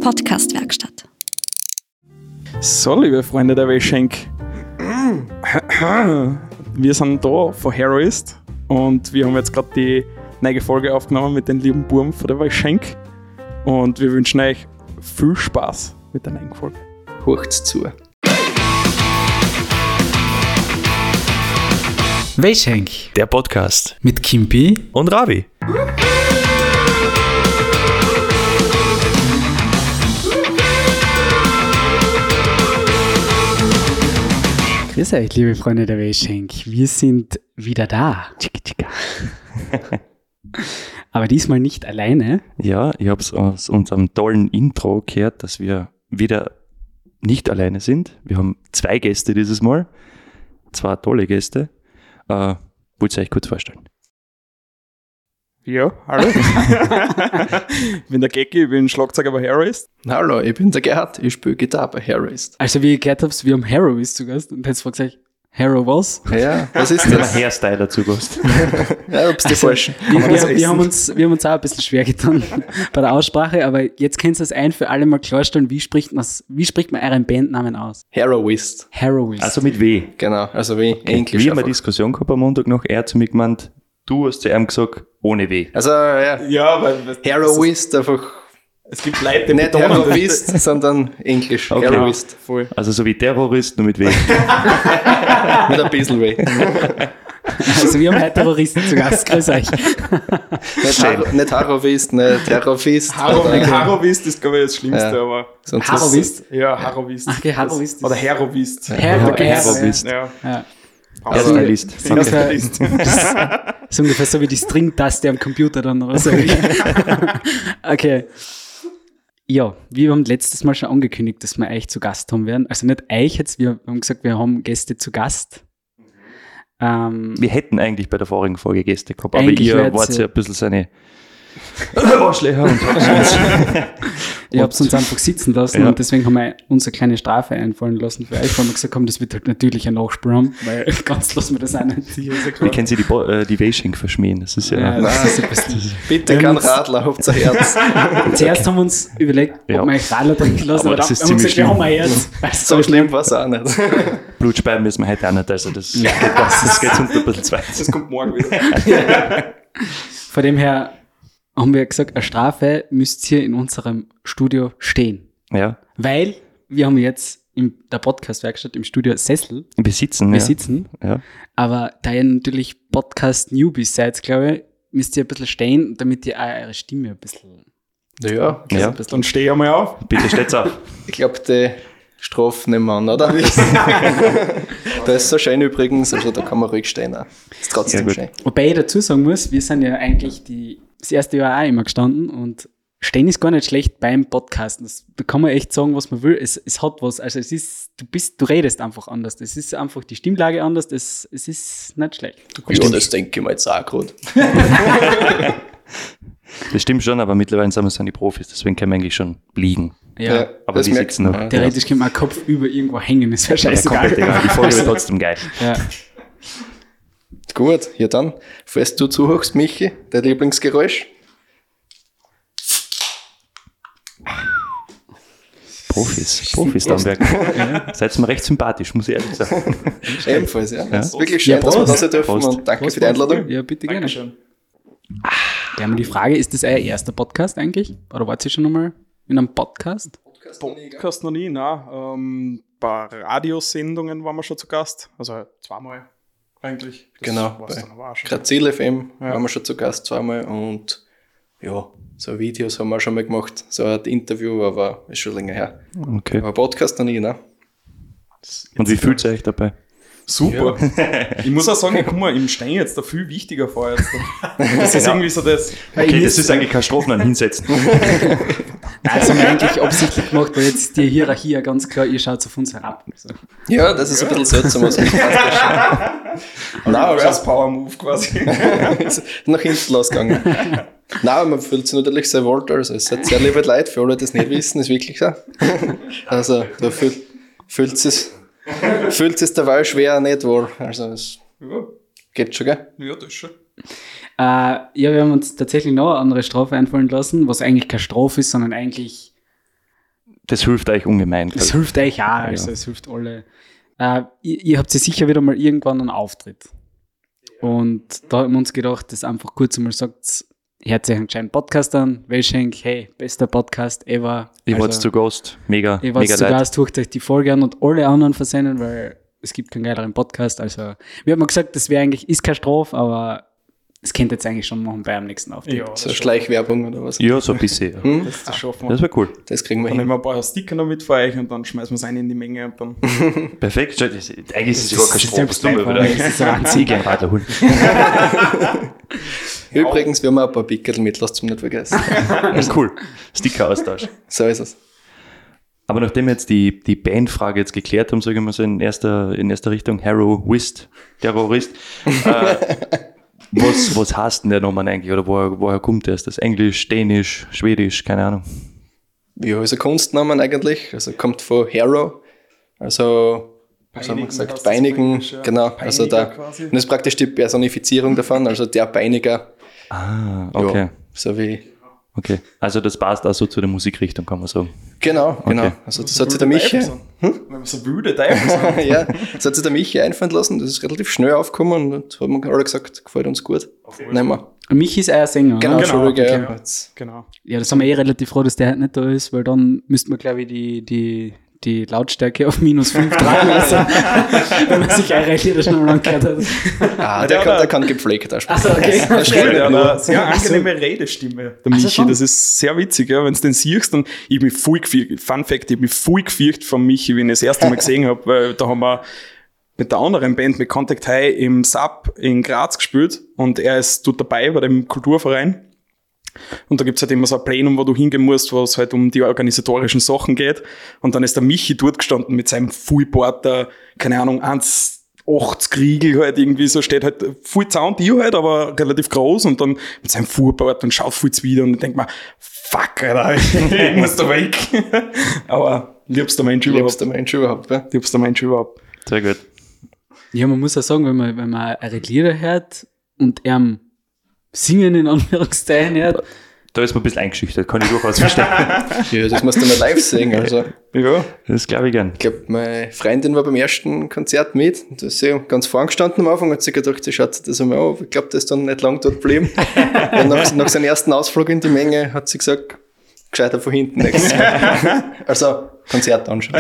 Podcast-Werkstatt. So, liebe Freunde der Wäschenk. Wir sind da von Heroist und wir haben jetzt gerade die neue Folge aufgenommen mit den lieben Burm von der Wäschenk. Und wir wünschen euch viel Spaß mit der neuen Folge. Hurcht's zu. Wäschenk Der Podcast mit Kimpi und Ravi. Grüß euch, liebe Freunde der Wäschenk. Wir sind wieder da. Aber diesmal nicht alleine. Ja, ich habe es aus unserem tollen Intro gehört, dass wir wieder nicht alleine sind. Wir haben 2 Gäste dieses Mal. 2 tolle Gäste. Wollt ihr euch kurz vorstellen? Ja, hallo. Ich bin der Gecki, ich bin Schlagzeuger bei Heroist. Hallo, ich bin der Gerhard, ich spiele Gitarre bei Heroist. Also wie ihr gehört habt, wir haben Heroist zu Gast. Und jetzt fragt ihr euch, Hero was? Ja, was ist Ich habe das? einen Hairstyler zu Gast. Ja, ob's die falschen. Wir haben uns auch ein bisschen schwer getan bei der Aussprache, aber jetzt könnt ihr es ein für alle mal klarstellen, wie spricht man euren Bandnamen aus? Heroist. Heroist. Also mit W. Genau, also wie Englisch. Wir haben eine einfach. Diskussion gehabt am Montag noch. Er hat zu mir gemeint, du hast zu ihm gesagt, ohne W. Also ja, Ja, weil Heroist einfach es gibt Leute, die nicht betonen, Heroist, sondern Englisch. Okay. Heroist. voll. Also so wie Terrorist, nur mit W. Mit ein bisschen weh. Also wir haben heute Terroristen zu Gast. Grüß euch. Nicht Harrovist, nicht Terrorist. Harovist ist, glaube ich, das Schlimmste, Ja. aber... Sonst Harovist? Ja, Harovist. Ach, okay, Harovist. Oder Herovist. Herovist. Ja. Ja. Hairstylist. Das ist ungefähr so wie die String-Taste am Computer dann oder so. Okay. Ja, wir haben letztes Mal schon angekündigt, dass wir euch zu Gast haben werden. Also nicht euch jetzt, wir haben gesagt, wir haben Gäste zu Gast. Wir hätten eigentlich bei der vorigen Folge Gäste gehabt, aber Eigentlich ihr wär's wart ja- ja ein bisschen seine Arschlöcher und Ihr habt uns einfach sitzen lassen Ja. und deswegen haben wir uns eine kleine Strafe einfallen lassen für euch, weil wir gesagt haben, das wird halt natürlich ein Nachspiel haben, weil ganz lassen wir das auch nicht. Wie können Sie die Wäschenk verschmähen? Das ist ja... Das ist ein bisschen bitte kein Radler, habt ein Herz. Zuerst haben wir uns überlegt, Ja. ob wir euch Radler trinken lassen, Aber aber das dann ist haben wir ziemlich gesagt, wir haben ein Herz. Weißt So du, schlimm war es auch nicht. Blutspeiben müssen wir heute auch nicht, also das geht unter ein bisschen zweit. Das kommt morgen wieder. Von dem her haben wir gesagt, eine Strafe müsst ihr in unserem Studio stehen. Ja, Weil wir haben jetzt in der Podcast-Werkstatt im Studio Sessel, wir sitzen. wir ja. sitzen, Ja. aber da ihr natürlich Podcast-Newbies seid, glaube ich, müsst ihr ein bisschen stehen, damit ihr auch eure Stimme ein bisschen... Ja, Ja. Dann steh einmal auf. Bitte steht's auf. ich glaube, die Strafe nehmen wir an, oder? Das ist so schön übrigens, also da kann man ruhig stehen. Auch. Ist trotzdem Ja, gut. schön. Wobei ich dazu sagen muss, wir sind ja eigentlich das erste Jahr auch immer gestanden und stehen ist gar nicht schlecht beim Podcasten. Da kann man echt sagen, was man will. Es hat was. Also es ist, du redest einfach anders. Es ist einfach die Stimmlage anders. Es ist nicht schlecht. Ja, das denke ich mir jetzt auch gerade. Das stimmt schon, aber mittlerweile sind wir so die Profis, deswegen können wir eigentlich schon liegen. Ja. Aber das wir merkt sitzen man, noch. ja. Theoretisch kann man Kopf über irgendwo hängen. Das wäre Ja, scheißegal. komplett egal. Die Folge wird trotzdem geil. Ja. Gut, ja dann, falls du zuhörst, Michi, dein Lieblingsgeräusch? Profis Damberg. Seid mir recht sympathisch, muss ich ehrlich sagen. Ebenfalls, ja. Es ist wirklich schön, Ja, dass wir da Prost. sein dürfen Prost. und danke für die Einladung. Ja, bitte gerne. Dankeschön. Wir haben die Frage, ist das euer erster Podcast eigentlich? Oder wart ihr schon einmal in einem Podcast? Podcast noch nie, nein. Bei Radiosendungen waren wir schon zu Gast. Also zweimal eigentlich. Das Genau, war's bei dann aber auch schon. Grazil FM Ja. waren wir schon zu Gast zweimal und ja, so Videos haben wir auch schon mal gemacht, so ein Interview, aber ist schon länger her. Okay. Aber Podcast noch nie, ne? Und wie fühlt ihr euch dabei? Super. Ich muss auch sagen, guck mal, im Stein jetzt da viel wichtiger vor jetzt. Das ist irgendwie so das. Okay, das ist eigentlich kein Strafen hinsetzen. Nein, das haben wir eigentlich absichtlich gemacht, weil jetzt ist die Hierarchie ja ganz klar, ihr schaut auf uns herab. So. Ja, das ist ein bisschen seltsam, was mich passt das schon. Nein, aber Reverse Power Move quasi. ist nach hinten losgegangen. Nein, man fühlt sich natürlich sehr wohl, also es hat sehr liebe Leute, für alle, die das nicht wissen, ist wirklich so. Also da fühlt es dabei schwer nicht wohl, also es Ja, geht schon, gell? ja, das ist schon. Ja, wir haben uns tatsächlich noch eine andere Strafe einfallen lassen, was eigentlich keine Strafe ist, sondern eigentlich Das hilft euch ungemein. Das hilft euch auch, also es hilft alle. Ihr habt ja sicher wieder mal irgendwann einen Auftritt. Und da haben wir uns gedacht, dass einfach kurz einmal sagt, hört euch einen kleinen Podcast an, Welschenk, hey, bester Podcast ever. Ich war zu Gast, mega Ich war zu leid. Gast, hört euch die Folge an und alle anderen versenden, weil es gibt keinen geileren Podcast. Also, wir haben mal gesagt, das wäre eigentlich, ist keine Strafe, aber das könnt ihr jetzt eigentlich schon machen bei am nächsten Auftritt. Ja, So Schleichwerbung oder was? Ja, so ein bisschen. Ja. das schaffen wir. Das wäre cool. Das kriegen wir Dann nehmen hin. wir ein paar Sticker noch mit für euch und dann schmeißen wir es ein in die Menge und dann. Perfekt. Schau, eigentlich ist es ja gar keine ist Strafe. Was tun wir einfach- wieder? das ist ein Wahnsinn. Sieg ein Radler holen. Übrigens, wir haben auch ein paar Pickel mit, lasst zum nicht vergessen. Das ist cool. Sticker-Austausch. So ist es. Aber nachdem wir jetzt die Bandfrage jetzt geklärt haben, sage ich mal so in erster Richtung, Terrorist, was heißt denn der Name eigentlich? Oder woher kommt der? Ist das Englisch, Dänisch, Schwedisch, keine Ahnung. Ja, ist ein Kunstnamen eigentlich. Also kommt von Hero. Also, was haben wir gesagt? heißt das Beinigen. Englisch, ja. Genau. Also Peiniger da, quasi. und das ist praktisch die Personifizierung davon. Also der Peiniger. Ah, okay. Ja, so wie. Okay. Also das passt auch so zu der Musikrichtung, kann man sagen. Genau. Okay. Also das hat sich der Michi. Wenn wir so wilde Teufel sind. Ja, das hat sich der Michi einfallen lassen. Das ist relativ schnell aufgekommen und haben wir alle gesagt, gefällt uns gut. Nehmen wir. Und Michi ist auch ein Sänger, Genau, oder? Entschuldige. okay, Ja. ja. Jetzt- Genau. Ja, das haben wir relativ froh, dass der halt nicht da ist, weil dann müssten wir, glaube ich, die Lautstärke auf -5 tragen lassen, wenn man sich eure Lieder schon mal angehört hat. Ah, der der hat- kann gepflegt auch Achso, okay. Der hat eine sehr angenehme Redestimme, der Michi. schon? Das ist sehr witzig, ja. Wenn du den siehst, dann, ich bin voll gefürchtet. Fun Fact, ich bin voll gefürchtet von Michi, wenn ich das erste Mal gesehen habe, weil da haben wir mit der anderen Band, mit Contact High, im SAP in Graz gespielt und er ist dort dabei bei dem Kulturverein. Und da gibt's halt immer so ein Plenum, wo du hingehen musst, wo es halt um die organisatorischen Sachen geht. Und dann ist der Michi dort gestanden mit seinem Fullporter, keine Ahnung, 1,80 Riegel halt irgendwie so, steht halt voll Sound, die halt, aber relativ groß und dann mit seinem Fullport und schaut voll wieder und ich denk mir, fuck, Alter, ich muss da weg. Aber liebster Mensch überhaupt. Liebster Mensch überhaupt. Ja. Liebster Mensch überhaupt. Sehr gut. Ja, man muss auch sagen, wenn man eure Lieder hört und Singen in Anführungszeichen hört, Da ist man ein bisschen eingeschüchtert, kann ich durchaus verstehen. Ja, das musst du mal live singen. Also, Ja. Das glaube ich gern. ich glaube, meine Freundin war beim ersten Konzert mit. Und da ist sie ganz vorn gestanden am Anfang und hat sich gedacht, sie schaut sich das einmal an. Ich glaube, der ist dann nicht lang dort geblieben. Und nach seinem ersten Ausflug in die Menge hat sie gesagt, gescheiter von hinten nächstes Mal. Also, Konzert anschauen.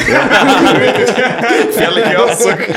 Gefährliche Aussage.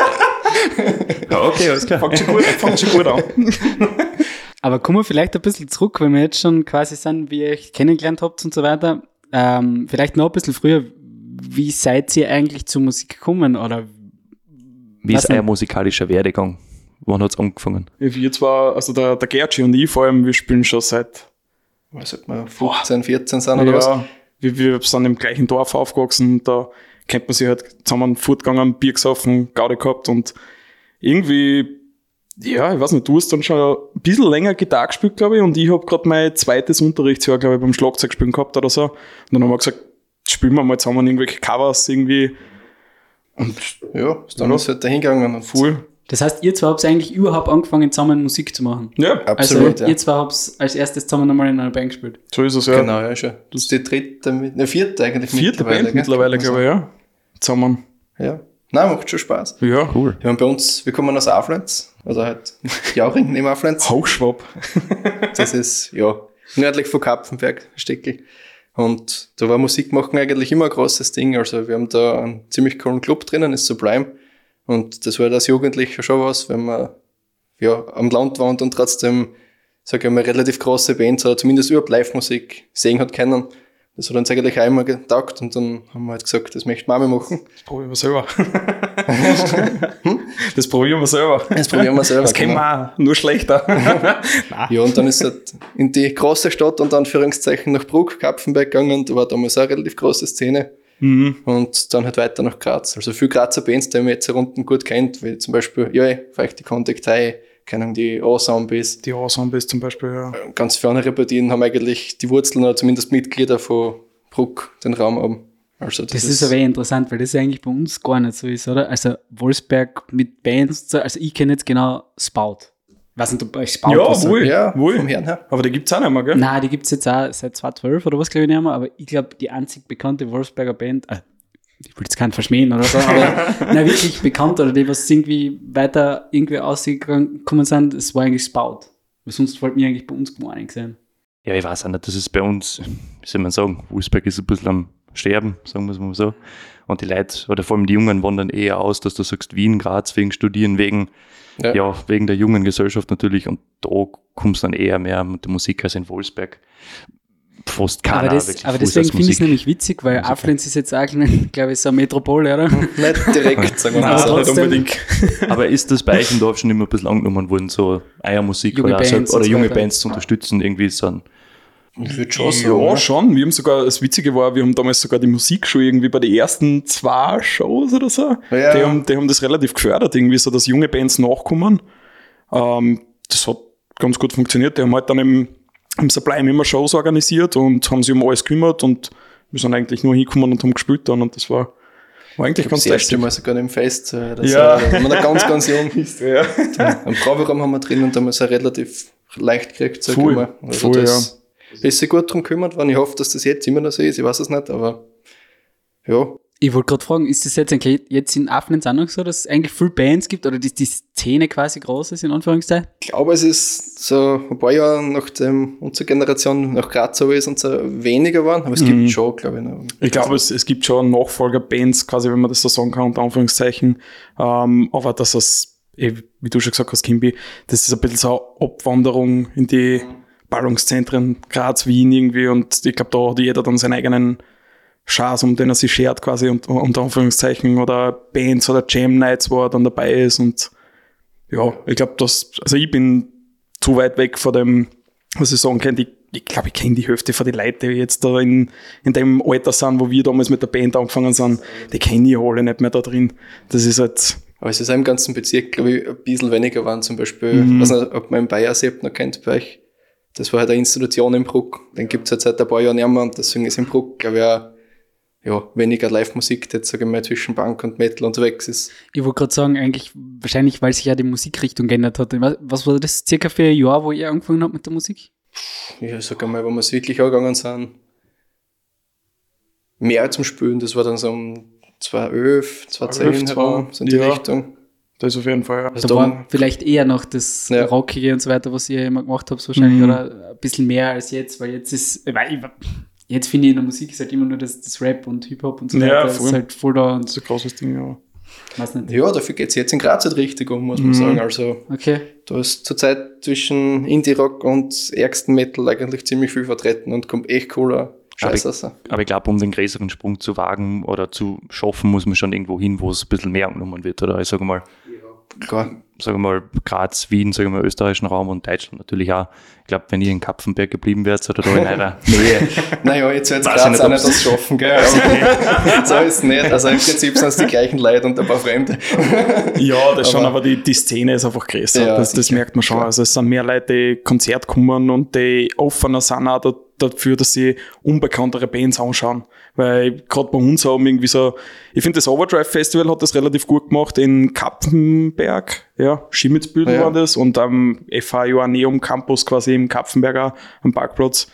Ja, okay, alles klar. Fängt schon gut an. aber kommen wir vielleicht ein bisschen zurück, wenn wir jetzt schon quasi sind, wie ihr euch kennengelernt habt und so weiter. Vielleicht noch ein bisschen früher, wie seid ihr eigentlich zur Musik gekommen? Oder Wie ist Weiß nicht. euer musikalischer Werdegang? Wann hat es angefangen? Wir zwar, also der Gertschi und ich vor allem, wir spielen schon seit, Was hat man, 15, 14 sind oder was? ja, wir sind im gleichen Dorf aufgewachsen, da kennt man sich halt zusammen fortgegangen, Bier gesoffen, Gaudi gehabt und irgendwie, ja, ich weiß nicht, du hast dann schon ein bisschen länger Gitarre gespielt, glaube ich, und ich habe gerade mein zweites Unterrichtsjahr, glaube ich, beim Schlagzeugspielen gehabt oder so. Und dann haben wir gesagt, spielen wir mal zusammen irgendwelche Covers irgendwie. Und Ja, dann ist halt dahin gegangen. Und voll. das heißt, ihr zwei habt eigentlich überhaupt angefangen, zusammen Musik zu machen? Ja, Absolut, Also ja. ihr zwei habt als erstes zusammen einmal in einer Band gespielt. so ist es ja. Genau, ja, schon. Das ist die dritte, vierte eigentlich Vierte Band gell? mittlerweile, glaube ich, ja. Zusammen. Ja. Nein, macht schon Spaß. Ja. Cool. Wir haben bei uns, wir kommen aus Aflenz, oder halt Jauring neben Aflenz. Hochschwab. Das ist, ja, nördlich von Kapfenberg, Steckel. Und da war Musik machen eigentlich immer ein großes Ding. Also wir haben da einen ziemlich coolen Club drinnen, ist Sublime. Und das war als Jugendlicher schon was, wenn man ja am Land wohnt und trotzdem, sage ich mal, relativ große Bands oder zumindest überhaupt Live-Musik sehen hat können. Das hat uns eigentlich auch immer getaugt und dann haben wir halt gesagt, das möchten wir auch mal machen. Das probieren wir selber. Das probieren wir selber. Das probieren wir selber. Das kennen wir auch, nur schlechter. Ja, und dann ist es halt in die große Stadt und Anführungszeichen nach Bruck, Kapfenberg gegangen und da war damals auch eine relativ große Szene. Und dann halt weiter nach Graz. Also viele Grazer Bands, die man jetzt hier unten gut kennt, wie zum Beispiel, ja, vielleicht die Contact High, keine Ahnung, die A-Zombies. Die Ensembles zum Beispiel, ja. Ganz viele andere Partien haben eigentlich die Wurzeln oder zumindest Mitglieder von Bruck den Raum haben. Also Das ist aber interessant, weil das eigentlich bei uns gar nicht so ist, oder? Also Wolfsberg mit Bands, also ich kenne jetzt genau Spout. weiß nicht, ob euch Spout Ja, was sagt. wohl, Ja, wohl. vom Herrn her. Aber die gibt's auch nicht mehr, gell? Nein, die gibt es jetzt auch seit 2012 oder was, glaube ich, nicht mehr. Aber ich glaube, die einzig bekannte Wolfsberger Band, ich will jetzt keinen verschmähen oder so, aber nein, wirklich bekannt oder die, was irgendwie weiter irgendwie ausgekommen sind, das war eigentlich Spout. Weil sonst wollten wir eigentlich bei uns gar nicht sehen. Ja, ich weiß auch nicht, das ist bei uns, wie soll man sagen, Wolfsberg ist ein bisschen am Sterben, sagen wir es mal so. Und die Leute, oder vor allem die Jungen, wandern eher aus, dass du sagst, Wien, Graz, wegen Studieren, wegen der jungen Gesellschaft natürlich. Und da kommst du dann eher mehr mit der Musik als in Wolfsberg. Fast keiner wirklich aber Fuß deswegen als finde ich es Musik. nämlich witzig, weil Afflenz ist jetzt auch, glaube ich, so eine Metropole, oder? Nicht direkt, sagen wir Nein, mal nicht so. trotzdem- unbedingt. Aber ist das bei euch im Dorf schon immer ein bisschen angenommen worden, so Eiermusik Junge oder, Bands so, oder und so junge weiter? Bands zu unterstützen, irgendwie so ein Ich würde schon sagen. Ja, ne? schon. Wir haben sogar, das Witzige war, wir haben damals sogar die Musikschule irgendwie bei den ersten 2 Shows oder so. Ja. Die haben das relativ gefördert, irgendwie so, dass junge Bands nachkommen. Das hat ganz gut funktioniert. Die haben halt dann im Sublime immer Shows organisiert und haben sich um alles gekümmert und wir sind eigentlich nur hingekommen und haben gespielt dann und das war eigentlich ganz Das erste lustig. Mal sogar im Fest. Ja. Wenn man da ganz, ganz jung ist. Ja. Am Proberaum haben wir drin und da haben wir es auch relativ leicht gekriegt, sag Voll. ich mal. Also Voll, das ist sich gut drum gekümmert worden. Ich hoffe, dass das jetzt immer noch so ist. Ich weiß es nicht, aber ja. Ich wollte gerade fragen, ist das jetzt eigentlich jetzt in Afflenz auch noch so, dass es eigentlich viele Bands gibt oder die Szene quasi groß ist, in Anführungszeichen? Ich glaube, es ist so ein paar Jahre nachdem unsere Generation nach Graz so ist und so weniger geworden. Aber es gibt schon, glaube ich, noch. Ich glaube, es gibt schon Nachfolgerbands, quasi, wenn man das so sagen kann, unter Anführungszeichen. Aber dass es, wie du schon gesagt hast, Kimby, das ist ein bisschen so eine Abwanderung in die Ballungszentren Graz, Wien irgendwie. Und ich glaube, da hat jeder dann seinen eigenen Schatz, um den er sich schert, quasi, unter Anführungszeichen, oder Bands oder Jam Nights, wo er dann dabei ist. Und ja, ich glaube, also ich bin zu weit weg von dem, was ich sagen kann. Ich glaube, ich kenne die Hälfte von den Leuten, die jetzt da in dem Alter sind, wo wir damals mit der Band angefangen sind, die kenne ich alle nicht mehr da drin. Das ist halt, Aber es ist auch im ganzen Bezirk, glaube ich, ein bisschen weniger waren. Zum Beispiel, ich weiß nicht, ob man im Bayersee noch kennt bei euch. Das war halt eine Institution im Bruck. Den gibt es jetzt seit ein paar Jahren nicht mehr und deswegen ist im Bruck, glaube ich, auch weniger Live-Musik, die jetzt, sage ich mal, zwischen Punk und Metal unterwegs ist. Ich wollte gerade sagen, eigentlich wahrscheinlich, weil sich ja die Musikrichtung geändert hat. Was war das circa für ein Jahr, wo ihr angefangen habt mit der Musik? Ich sage mal, wo wir es wirklich angegangen sind, mehr zum Spielen, das war dann so um 2011, 2010 herum, so in die ja. Richtung. das ist auf jeden Fall, ja. Also Da da- war vielleicht eher noch das Ja. Rockige und so weiter, was ihr immer gemacht habt, wahrscheinlich, oder ein bisschen mehr als jetzt, weil jetzt ist, jetzt finde ich in der Musik ist halt immer nur das Rap und Hip-Hop und so Ja, weiter, das voll. ist halt voll da und Das ist ein großes Ding, ja. weiß nicht. Ja, dafür geht es jetzt in Graz halt richtig um, muss man sagen. Also Okay. da ist zurzeit zwischen Indie-Rock und ärgsten Metal eigentlich ziemlich viel vertreten und kommt echt cooler Scheiß raus. Aber ich glaube, um den größeren Sprung zu wagen oder zu schaffen, muss man schon irgendwo hin, wo es ein bisschen mehr angenommen wird. Oder ich sage mal, Klar. Graz, Wien, sagen wir mal, österreichischen Raum und Deutschland natürlich auch. Ich glaube, wenn ihr in Kapfenberg geblieben wärt oder da in eurer Nähe, Naja, jetzt wird Weiß Graz ich nicht, auch nicht ob's- das schaffen, gell? Aber so ist es nicht. Also im Prinzip sind es die gleichen Leute und ein paar Fremde. Ja, das schon, aber die Szene ist einfach größer. Ja, das sicher. merkt man schon. Klar. Also es sind mehr Leute, die Konzert kommen und die offener sind auch dafür, dass sie unbekanntere Bands anschauen. Weil gerade bei uns haben irgendwie so, ich finde das Overdrive Festival hat das relativ gut gemacht in Kapfenberg, ja, Schimmitzbüdel Ja. war das und am FH Joanneum Campus quasi im Kapfenberger am Parkplatz.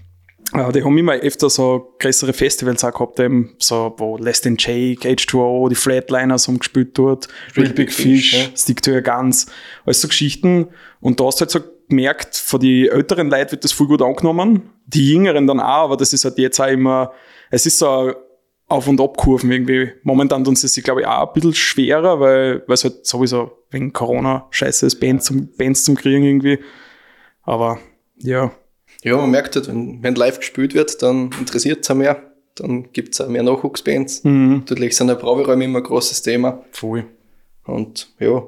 Die haben immer öfter so größere Festivals auch gehabt, eben so, wo Less Than Jake, H2O, die Flatliners haben gespielt dort, Real Big Fish, ja. Stick to Your Guns, alles so Geschichten. Und da hast du halt so gemerkt, von den älteren Leuten wird das voll gut angenommen, die Jüngeren dann auch, aber das ist halt jetzt auch immer, es ist so eine Auf- und Abkurven irgendwie. Momentan tun sie sich, glaube ich, auch ein bisschen schwerer, weil es halt sowieso wegen Corona scheiße ist, Bands zum Kriegen irgendwie. Aber ja. Ja, man merkt halt, wenn live gespielt wird, dann interessiert es auch mehr. Dann gibt es auch mehr Nachwuchsbands. Natürlich sind ja Proberäume immer ein großes Thema. Voll. Und ja,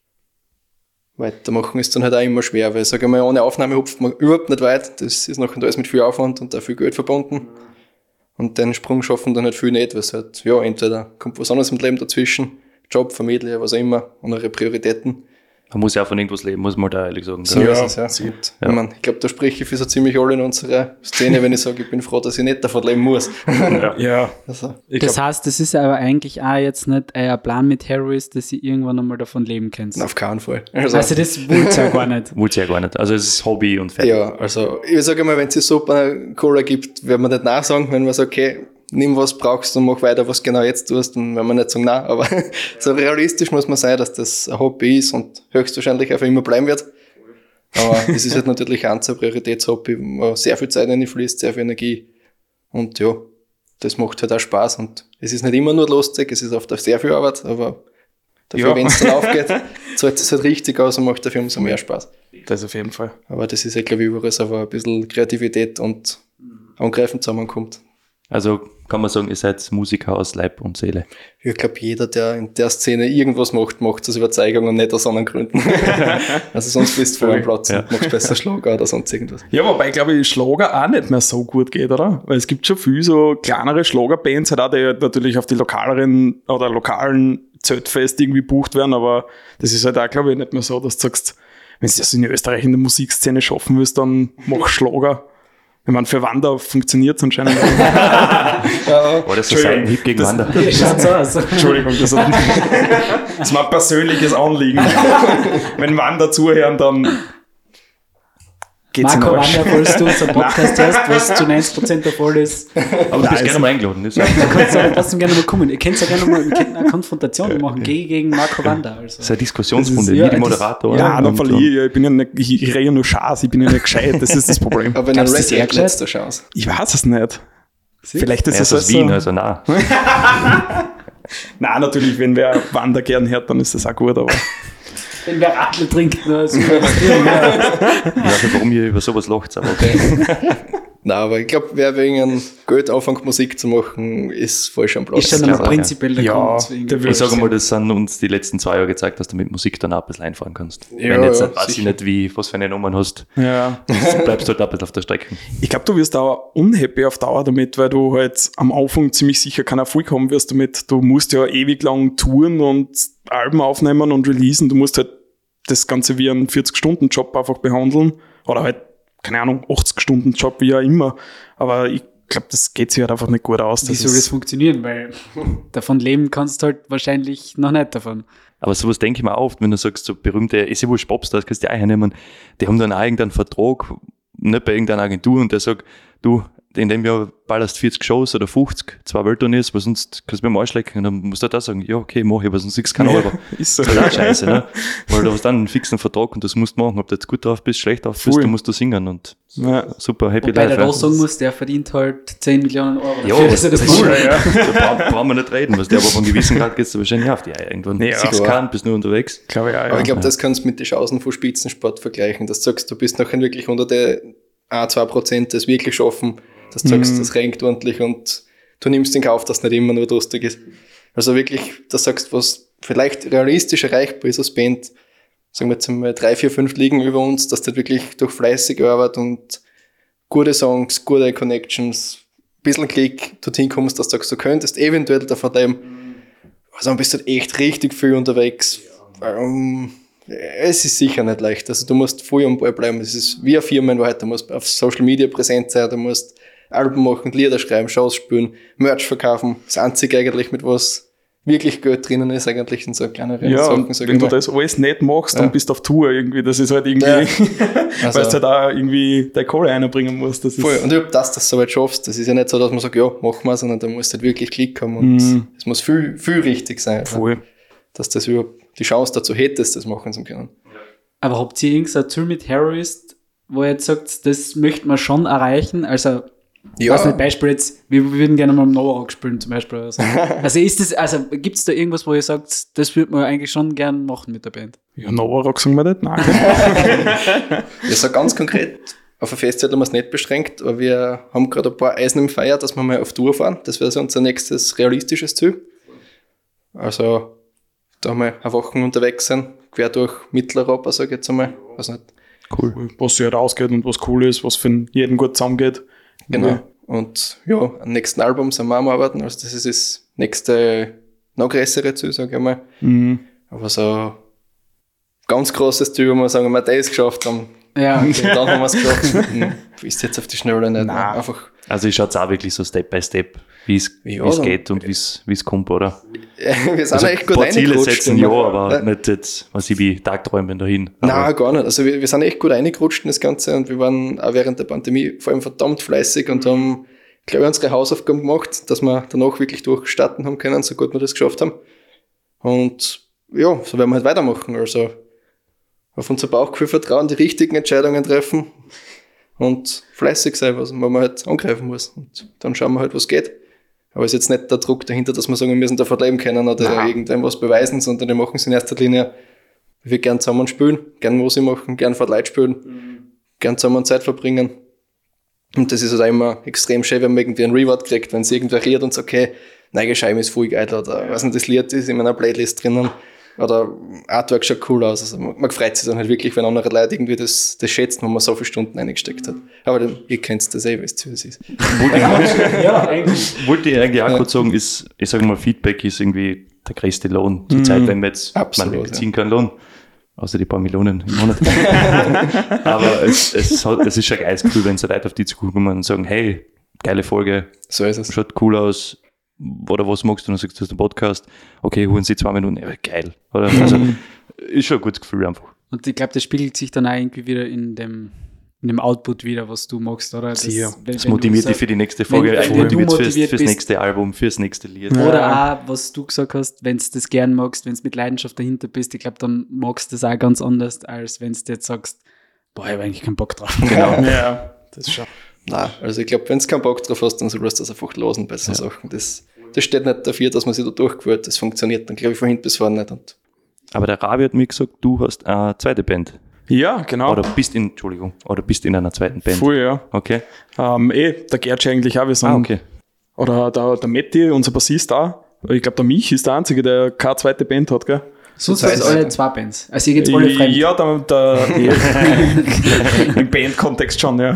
weitermachen ist dann halt auch immer schwer, weil, sage ich mal, ohne Aufnahme hupft man überhaupt nicht weit. Das ist noch alles mit viel Aufwand und auch viel Geld verbunden. Und den Sprung schaffen dann halt viel nicht, weil es halt, ja, entweder kommt was anderes im Leben dazwischen, Job, Familie, was auch immer, andere Prioritäten. Man muss ja auch von irgendwas leben, muss man da ehrlich sagen. So Ja, ist es, ja. ja. Ich meine, ich glaube, da spreche ich für so ziemlich alle in unserer Szene, wenn ich sage, ich bin froh, dass ich nicht davon leben muss. Ja, Also, ich Das glaub, heißt, das ist aber eigentlich auch jetzt nicht euer Plan mit Heroes, dass ihr irgendwann einmal davon leben könnt. auf keinen Fall. Also das wollt ihr ja gar nicht. Wollte ja gar nicht. Also es ist Hobby und fertig. Ja, also ich sage mal, wenn es super Cola gibt, werden wir nicht nachsagen, wenn man sagt, okay, nimm was brauchst und mach weiter, was genau jetzt tust, dann werden wir nicht sagen, nein, aber so realistisch muss man sein, dass das ein Hobby ist und höchstwahrscheinlich auch für immer bleiben wird. Aber es ist halt natürlich ein Prioritätshobby, wo sehr viel Zeit reinfließt, sehr viel Energie und ja, das macht halt auch Spaß und es ist nicht immer nur lustig, es ist oft auch sehr viel Arbeit, aber dafür, Ja. wenn es dann aufgeht, zahlt es halt richtig aus und macht dafür umso mehr Spaß. das auf jeden Fall. Aber das ist ja, glaube ich, überall so, wo ein bisschen Kreativität und Angreifen zusammenkommt. Also kann man sagen, ihr seid Musiker aus Leib und Seele. Ich glaube, jeder, der in der Szene irgendwas macht, macht es aus Überzeugung und nicht aus anderen Gründen. Also sonst bist du voll am Platz und machst besser Schlager oder sonst irgendwas. Ja, wobei, glaube ich, Schlager auch nicht mehr so gut geht, oder? Weil es gibt schon viel so kleinere Schlagerbands, halt auch, die halt natürlich auf die lokaleren oder lokalen Zeltfest irgendwie bucht werden, aber das ist halt auch, glaube ich, nicht mehr so, dass du sagst, wenn du das in Österreich in der Musikszene schaffen willst, dann mach Schlager. Ich meine, für Wander funktioniert es anscheinend. War das so sein Hit gegen Wander? Schaut so aus. Entschuldigung, das ist mein persönliches Anliegen. Wenn Wander zuhören, dann geht's in Marco den Arsch. Wander, falls du unseren Podcast hast, was zu 90% der Fall ist, Aber du bist gerne mal eingeladen. Das kannst du aber trotzdem gerne mal kommen. Ihr könnt ja gerne mal eine Konfrontation machen gegen Marco Wander. Also. ist eine Diskussionsrunde, Das ist- ja, wie die das- Moderator. Ja, dann Und- verliere ich. Ich bin ja nicht, ich rede ja nur Schaß, ich bin ja nicht gescheit, das ist das Problem. Aber in Glaubst einem du, das ist Rap eher gescheit? letzter Chance. Ich weiß es nicht. Vielleicht ist Er es ist aus so. Wien, also nein. Nein, natürlich, wenn wer Wander gern hört, dann ist das auch gut, aber Wenn wer Radler trinkt, nur so extrem, ja. Ich weiß nicht, warum ihr über sowas lacht, aber okay. Nein, aber ich glaube, wer wegen einem Geld anfängt, Musik zu machen, ist falsch am Platz. Ist schon klar, aber prinzipiell der ja, Grund. deswegen. der Ich sage mal, das sind uns die letzten 2 Jahre gezeigt, dass du mit Musik dann auch ein bisschen einfahren kannst. Ja, Wenn jetzt, ja, weiß ich sicher. nicht, was für eine Nummern hast, ja. bleibst du halt auch ein bisschen auf der Strecke. Ich glaube, du wirst auch unhappy auf Dauer damit, weil du halt am Anfang ziemlich sicher keinen Erfolg haben wirst damit. Du musst ja ewig lang touren und Alben aufnehmen und releasen. Du musst halt das Ganze wie einen 40-Stunden-Job einfach behandeln. Oder halt, keine Ahnung, 80-Stunden-Job, wie auch immer. Aber ich glaube, das geht sich halt einfach nicht gut aus. Wie soll das funktionieren? Weil davon leben kannst du halt wahrscheinlich noch nicht davon. Aber sowas denke ich mir auch oft, wenn du sagst, so berühmte, ist ja wurscht, Popstars, kannst du auch hernehmen, die haben dann auch irgendeinen Vertrag, nicht bei irgendeiner Agentur, und der sagt, du, in dem Jahr ballerst 40 Shows oder 50, 2 Welttournees, weil sonst kannst du mir am Arsch lecken. Und dann musst du halt auch sagen, ja, okay, mach ich, aber sonst kriegst du keinen Euro. Ist so. Das ist auch scheiße, ne? Weil du hast dann einen fixen Vertrag und das musst du machen. Ob du jetzt gut drauf bist, schlecht drauf bist, Voll. du musst du singen und Ja. super, happy Wobei life. der da sagen muss, der verdient halt 10 Millionen Euro. Ja, dafür, dass er das das macht. Da brauchen wir nicht reden, was der, aber auf einem gewissen Grad gehst du wahrscheinlich auf die Eier irgendwann. Ja. Siehst keinen, bist nur unterwegs. Glaube ich auch, ja. Aber ich glaube, das kannst du mit den Chancen von Spitzensport vergleichen, dass du sagst, du bist nachher wirklich unter den 1-2%, das wirklich schaffen, dass du sagst, das renkt ordentlich und du nimmst in Kauf, dass es nicht immer nur lustig ist. Also wirklich, dass du sagst, was vielleicht realistisch erreichbar ist als Band, sagen wir jetzt einmal 3, 4, 5 liegen über uns, dass du wirklich durch fleißige Arbeit und gute Songs, gute Connections, ein bisschen Klick dorthin kommst, dass du sagst, du könntest eventuell davon leben. Also dann bist du halt echt richtig viel unterwegs. Es ist sicher nicht leicht. Also du musst voll am Ball bleiben. Es ist wie eine Firma in Wahrheit. Du musst auf Social Media präsent sein, du musst Alben machen, Lieder schreiben, Shows spielen, Merch verkaufen. Das Einzige eigentlich, mit was wirklich Geld drinnen ist, eigentlich in so kleineren Ja, Sachen. und sag wenn ich du mal. das alles nicht machst, dann Ja. bist du auf Tour irgendwie. Das ist halt irgendwie, Ja. weil du halt auch irgendwie deine Kohle einbringen musst. Das ist, Voll. Und überhaupt, dass du das so weit schaffst, das ist ja nicht so, dass man sagt, ja, machen wir, sondern da muss halt wirklich Klick haben und es muss viel, viel richtig sein. Also, voll. dass das überhaupt die Chance dazu hättest, das machen zu können. Aber habt ihr irgendein Ziel mit Heroist, wo ihr jetzt sagt, das möchte man schon erreichen? Also, weiß nicht, Beispiel jetzt, wir würden gerne mal im Novarock spielen zum Beispiel. Oder so. Also gibt es da irgendwas, wo ihr sagt, das würde man eigentlich schon gern machen mit der Band? Ja, Novarock sagen wir nicht. Nein. Ja, so ganz konkret, auf ein Festival haben wir es nicht beschränkt, aber wir haben gerade ein paar Eisen im Feuer, dass wir mal auf Tour fahren. Das wäre so unser nächstes realistisches Ziel. Also, da mal eine Woche unterwegs sein, quer durch Mitteleuropa, sage ich jetzt einmal. Weiß nicht. Cool. Was sich halt ausgeht und was cool ist, was für jeden gut zusammengeht. Genau. Und ja, am nächsten Album sind wir am Arbeiten. Also, das ist das nächste, noch größere Ziel, sage ich mal. Mhm. Aber so ganz großes Ziel, wo wir sagen, wir das geschafft haben. Ja, okay. Und dann haben wir es geschafft. Wisst jetzt auf die Schnelle nicht. Nein. Einfach, Also ich schaue es auch wirklich so Step by Step, wie es geht und wie es kommt, oder? wir sind Also echt gut ein paar Ziele reingerutscht. setzen, ja, aber nicht jetzt, was ich wie Tagträumen dahin. Nein, gar nicht. Also wir sind echt gut reingerutscht in das Ganze und wir waren auch während der Pandemie vor allem verdammt fleißig und haben, glaube ich, unsere Hausaufgaben gemacht, dass wir danach wirklich durchstarten haben können, so gut wir das geschafft haben. Und ja, so werden wir halt weitermachen. Also auf unser Bauchgefühl vertrauen, die richtigen Entscheidungen treffen und fleißig sein, was man halt angreifen muss. Und dann schauen wir halt, was geht. Aber es ist jetzt nicht der Druck dahinter, dass wir sagen, wir müssen davon leben können oder irgendeinem was beweisen, sondern wir machen es in erster Linie, wir gern zusammen spielen, gern Musik machen, gern vor Leuten spielen, gern zusammen Zeit verbringen. Und das ist halt auch immer extrem schön, wenn man irgendwie einen Reward kriegt, wenn es irgendwer redet und sagt, okay, neue Scheibe ist voll geil oder was nicht, das Lied ist in meiner Playlist drinnen oder Artwork schaut cool aus. Also man freut sich dann halt wirklich, wenn andere Leute irgendwie das schätzen, wenn man so viele Stunden reingesteckt hat. Aber dann, ihr kennt das weißt wie es ist. Wollte ich eigentlich auch kurz sagen, ist, ich sage mal, Feedback ist irgendwie der größte Lohn zur Zeit, wenn man jetzt Absolut, man beziehen kann Lohn. Außer die paar Millionen im Monat. Aber es ist schon ein geiles Gefühl, wenn so Leute auf die zukommen und sagen, hey, geile Folge, So ist es. schaut cool aus, oder was magst du? Und dann sagst du, das ist ein Podcast, okay, holen sie 2 Minuten, ja, geil. Oder? Also, ist schon ein gutes Gefühl einfach. Und ich glaube, das spiegelt sich dann auch irgendwie wieder in dem Output wieder, was du magst, oder? Das motiviert dich für die nächste Folge, wenn du fürs motiviert bist. nächste Album, fürs nächste Lied. Oder auch, was du gesagt hast, wenn du das gern magst, wenn du mit Leidenschaft dahinter bist, ich glaube, dann magst du das auch ganz anders, als wenn du jetzt sagst, boah, ich habe eigentlich keinen Bock drauf. Genau. Ja, das ist schon. Nein, also ich glaube, wenn du keinen Bock drauf hast, dann sollst du das einfach losen bei so Sachen. Das steht nicht dafür, dass man sich da durchquält. Das funktioniert dann, glaube ich, von hinten bis vorne nicht. Und Aber der Ravi hat mir gesagt, du hast eine zweite Band. Ja, genau. Oder bist in einer zweiten Band. Voll, ja. Okay. Der Gertsch eigentlich auch. Wir sind, Okay. Oder der Matti, unser Bassist auch. Ich glaube, der Mich ist der Einzige, der keine zweite Band hat, gell? Sonst sind alle 2 Bands. Also ihr geht alle fremd. Ja, im Band-Kontext schon, ja.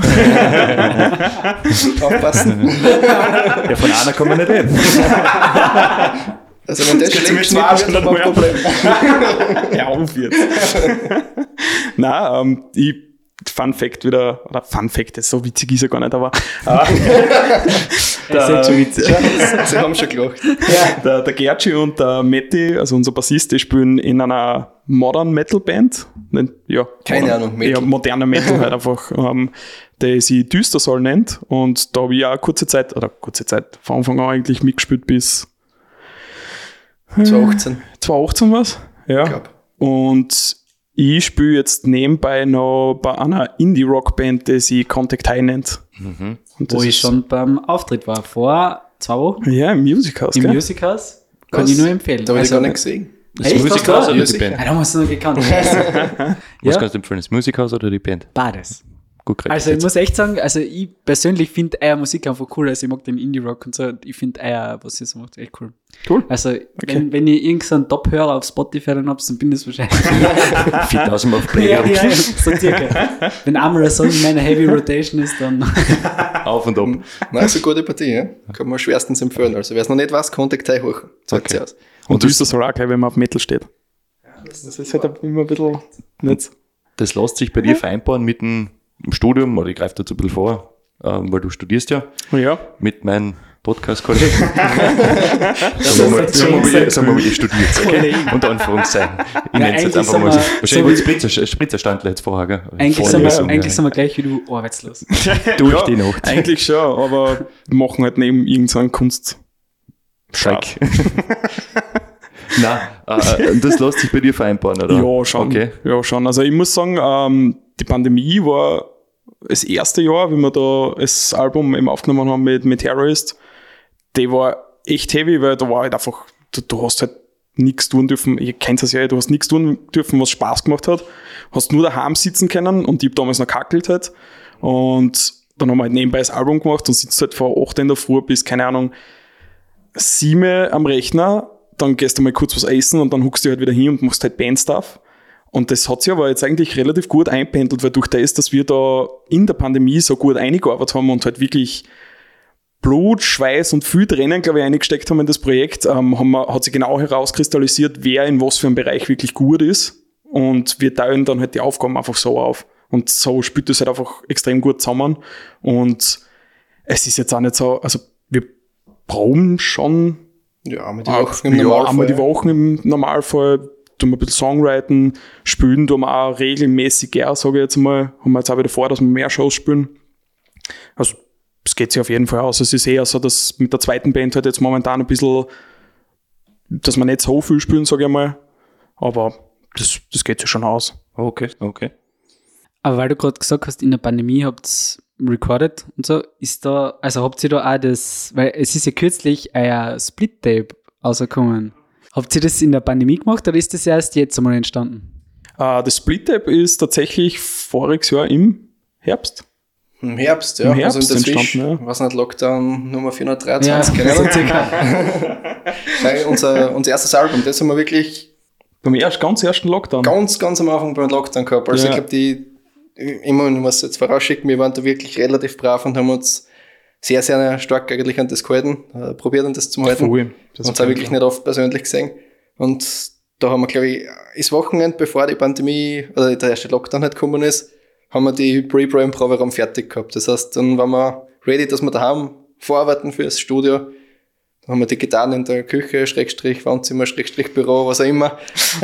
aufpassen. Ja, von einer kann man nicht reden. Also wenn das schlecht ziemlich geschnitten wird, haben wir ein Problem. Ja, auf jetzt. Nein, Fun Fact, ist so witzig ist er gar nicht, aber Das ist jetzt schon witzig. Sie haben schon gelacht. der Gertschi und der Matti, also unser Bassist, die spielen in einer Modern Metal Band. Ja, Keine Ahnung, Metal. Ja, moderner Metal halt einfach, der sich Düstersoll nennt. Und da habe ich auch kurze Zeit, von Anfang an eigentlich mitgespielt bis 2018, 2018 was. Ja. glaube Und ich spiele jetzt nebenbei noch bei einer Indie-Rock-Band, die sich Contact High nennt. Und Wo das ich ist- schon beim Auftritt war, vor 2 Wochen Ja, im Music House, im gell? Music House. Kann Was? ich nur empfehlen. Da habe ich Also, gar nicht gesehen. Das Echt? Musikhaus Was oder da? die Band? da haben wir es noch gekannt. Was Ja. kannst du empfehlen? Das Musikhaus oder die Band? Beides. Gut gekriegt. Also ich muss echt sagen, also ich persönlich finde eure Musik einfach cool, also ich mag den Indie-Rock und so, ich finde euer, was ihr so macht, echt cool. Cool. Also wenn ihr irgendeinen Top-Hörer auf Spotify dann habt, dann bin ich das wahrscheinlich. 4000 auf Player. ja, so circa. Wenn einmal ein Song in meiner Heavy Rotation ist, dann Auf und ab. Nein, ist eine gute Partie, ja. Kann man schwerstens empfehlen. Also wer es noch nicht weiß, Contact High hoch. Zeigt sie aus. Und das ist das auch gleich, wenn man auf Metal steht. Das ist halt immer ein bisschen nicht. Das lässt sich bei dir vereinbaren mit dem Studium, oder ich greife dazu ein bisschen vor, weil du studierst ja, Ja. mit meinem Podcast-Kollegen. das Sagen wir mal, ihr studiert, okay? Unter Anführungszeichen. Ich nenne es jetzt eigentlich einfach mal sind so. wir- Wahrscheinlich so Spritzerstandler jetzt vorher, gell? eigentlich Vorlesung, sind wir gleich wie du arbeitslos. durch die Nacht. Eigentlich schon, aber wir machen halt neben irgendeinen Kunst. Schreck. Nein, das lässt sich bei dir vereinbaren, oder? Ja, schon. Okay. Ja, schon. Also ich muss sagen, die Pandemie war das erste Jahr, wie wir da das Album eben aufgenommen haben mit Terrorist. Die war echt heavy, weil da war halt einfach, du hast halt nichts tun dürfen. Ihr kennt es ja, du hast nichts tun dürfen, was Spaß gemacht hat. Hast nur daheim sitzen können und ich habe damals noch kackelt halt. Und dann haben wir halt nebenbei das Album gemacht und sitzt halt von 8 in der Früh bis, keine Ahnung, 7 am Rechner. Dann gehst du mal kurz was essen und dann huckst du halt wieder hin und machst halt Bandstuff. Und das hat sich aber jetzt eigentlich relativ gut einpendelt, weil durch das, dass wir da in der Pandemie so gut eingearbeitet haben und halt wirklich Blut, Schweiß und viel Tränen, glaube ich, eingesteckt haben in das Projekt, hat sich genau herauskristallisiert, wer in was für einem Bereich wirklich gut ist und wir teilen dann halt die Aufgaben einfach so auf. Und so spielt das halt einfach extrem gut zusammen. Und es ist jetzt auch nicht so, also wir proben schon Ja, einmal die Woche im Normalfall. einmal die Woche im Normalfall, tun wir ein bisschen Songwriten, spielen tun wir auch regelmäßig sage ich jetzt mal, haben wir jetzt auch wieder vor, dass wir mehr Shows spielen. Also es geht sich auf jeden Fall aus. Es ist eher so, dass mit der zweiten Band halt jetzt momentan ein bisschen, dass wir nicht so viel spielen, sage ich mal, aber das geht sich schon aus. Okay. Aber weil du gerade gesagt hast, in der Pandemie habt ihr recorded und so, also habt ihr da auch das, weil es ist ja kürzlich ein Split-Tape rausgekommen. Habt ihr das in der Pandemie gemacht oder ist das erst jetzt einmal entstanden? Das Split-Tape ist tatsächlich voriges Jahr im Herbst. Im Herbst, ja. Im Herbst also entstanden, ja. Was nicht, Lockdown Nummer 423, keine Ahnung. unser erstes Album, das haben wir wirklich Beim ganz ersten Lockdown. ganz am Anfang beim Lockdown gehabt. Also Ja. ich glaube, ich muss jetzt vorausschicken, wir waren da wirklich relativ brav und haben uns sehr, sehr stark eigentlich an das gehalten, probiert an das zu halten. Voll. Das Und es auch wirklich nicht oft persönlich gesehen. Und da haben wir, glaube ich, das Wochenende, bevor die Pandemie oder der erste Lockdown halt gekommen ist, haben wir die Pre-Pro im Proberaum fertig gehabt. Das heißt, dann waren wir ready, dass wir daheim vorarbeiten für das Studio. Dann haben wir die Gitarren in der Küche, Schrägstrich, Wohnzimmer, Schrägstrich, Büro, was auch immer,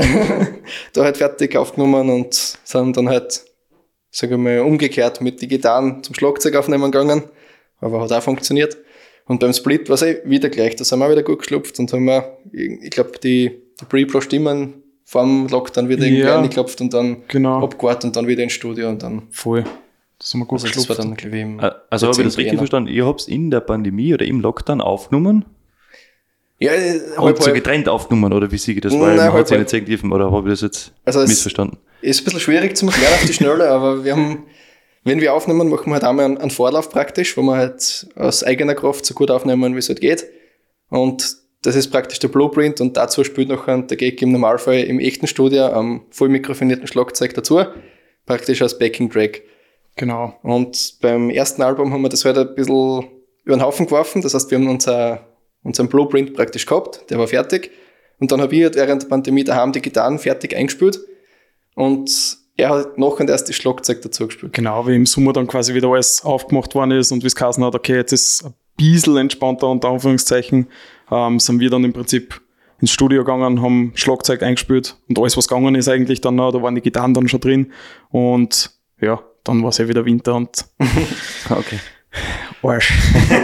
da halt fertig aufgenommen und sind dann halt, sage ich mal, umgekehrt mit den Gitarren zum Schlagzeug aufnehmen gegangen. Aber hat auch funktioniert. Und beim Split war es wieder gleich. Da sind wir auch wieder gut geschlupft und haben wir, ich glaube, die Pre-Pro-Stimmen vorm Lockdown wieder irgendwie Ja. angeklopft und dann Genau. abgewartet und dann wieder ins Studio und dann, Voll. Das haben wir gut also das war geschlupft. dann, glaube ich, im Also habe ich das Dezember, richtig verstanden? Ihr habt es in der Pandemie oder im Lockdown aufgenommen Ja, und so getrennt aufgenommen, oder wie sehe ich das? Weil Nein, man hat halb, sich halb. nicht sehen dürfen, oder habe ich das jetzt Also es- missverstanden? Ist ein bisschen schwierig zu erklären auf die Schnelle, aber wir haben, wenn wir aufnehmen, machen wir halt einmal einen Vorlauf praktisch, wo wir halt aus eigener Kraft so gut aufnehmen, wie es halt geht. Und das ist praktisch der Blueprint und dazu spielt noch der Gig im Normalfall im echten Studio am voll mikrofonierten Schlagzeug dazu, praktisch als Backing-Track. Genau. Und beim ersten Album haben wir das halt ein bisschen über den Haufen geworfen. Das heißt, wir haben unseren Blueprint praktisch gehabt, der war fertig. Und dann habe ich halt während der Pandemie daheim die Gitarren fertig eingespielt. Und er hat nachher erst das Schlagzeug dazu gespielt. Genau, wie im Sommer dann quasi wieder alles aufgemacht worden ist und wie es geheißen hat, okay, jetzt ist ein bisschen entspannter, unter Anführungszeichen, sind wir dann im Prinzip ins Studio gegangen, haben Schlagzeug eingespielt und alles, was gegangen ist eigentlich dann noch, da waren die Gitarren dann schon drin und ja, dann war es ja wieder Winter und Okay. Arsch.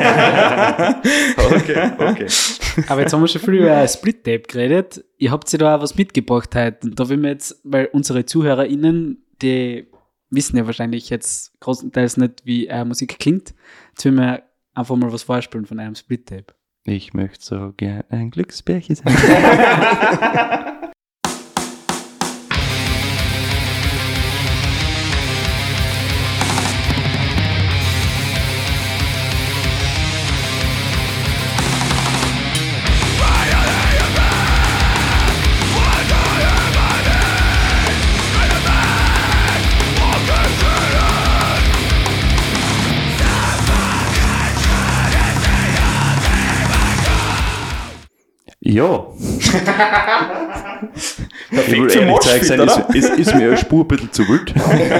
Okay. Aber jetzt haben wir schon viel über Split-Tape geredet. Ihr habt ja da auch was mitgebracht heute. Und da will wir jetzt, weil unsere ZuhörerInnen, die wissen ja wahrscheinlich jetzt großenteils nicht, wie Musik klingt. Jetzt will wir einfach mal was vorspielen von einem Split-Tape. Ich möchte so gern ein Glücksbärchen sein. Ja. Perfekt für Moshpit, sein, oder? ist mir eine Spur ein bisschen zu wild.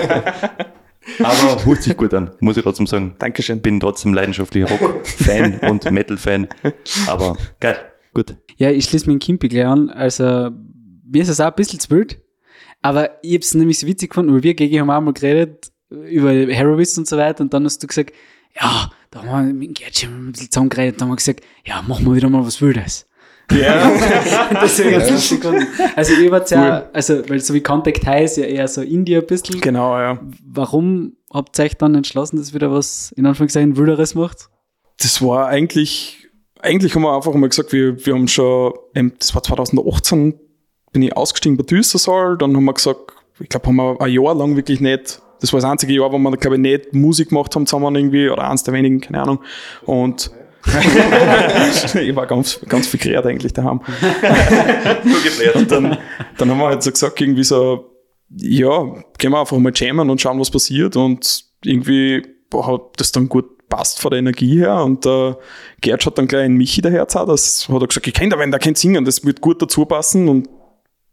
Aber hört sich gut an, muss ich trotzdem sagen. Dankeschön. Bin trotzdem leidenschaftlicher Rock-Fan und Metal-Fan. Aber geil, gut. Ja, ich schließe mich in Kimpi gleich an. Also, mir ist es auch ein bisschen zu wild. Aber ich habe es nämlich so witzig gefunden, weil wir gegen haben auch mal geredet über Heroist und so weiter. Und dann hast du gesagt, ja, da haben wir mit dem Gertchen ein bisschen zusammengeredet. Da haben wir gesagt, ja, machen wir wieder mal was Wildes. Ja. Das ist ja ganz lustig gefunden. Also, ihr wart ja, also, weil so wie Contact High ist ja eher so Indie ein bisschen. Genau, ja. Warum habt ihr euch dann entschlossen, dass wieder was, in Anführungszeichen, Wilderes macht? Das war eigentlich haben wir einfach mal gesagt, wir haben schon, das war 2018, bin ich ausgestiegen bei Düsseldorf, dann haben wir gesagt, ich glaube, haben wir ein Jahr lang wirklich nicht, das war das einzige Jahr, wo wir, glaube ich, nicht Musik gemacht haben zusammen irgendwie, oder eins der wenigen, keine Ahnung. Und ich war ganz viel gerät eigentlich daheim. Nur geklärt. Und dann haben wir halt so gesagt, irgendwie so, ja, gehen wir einfach mal jammen und schauen, was passiert. Und irgendwie hat das dann gut passt von der Energie her. Und Gerd hat dann gleich einen Michi daher gezahlt. Das hat er gesagt, ich kenne da, wenn der kennt singen, das wird gut dazu passen. Und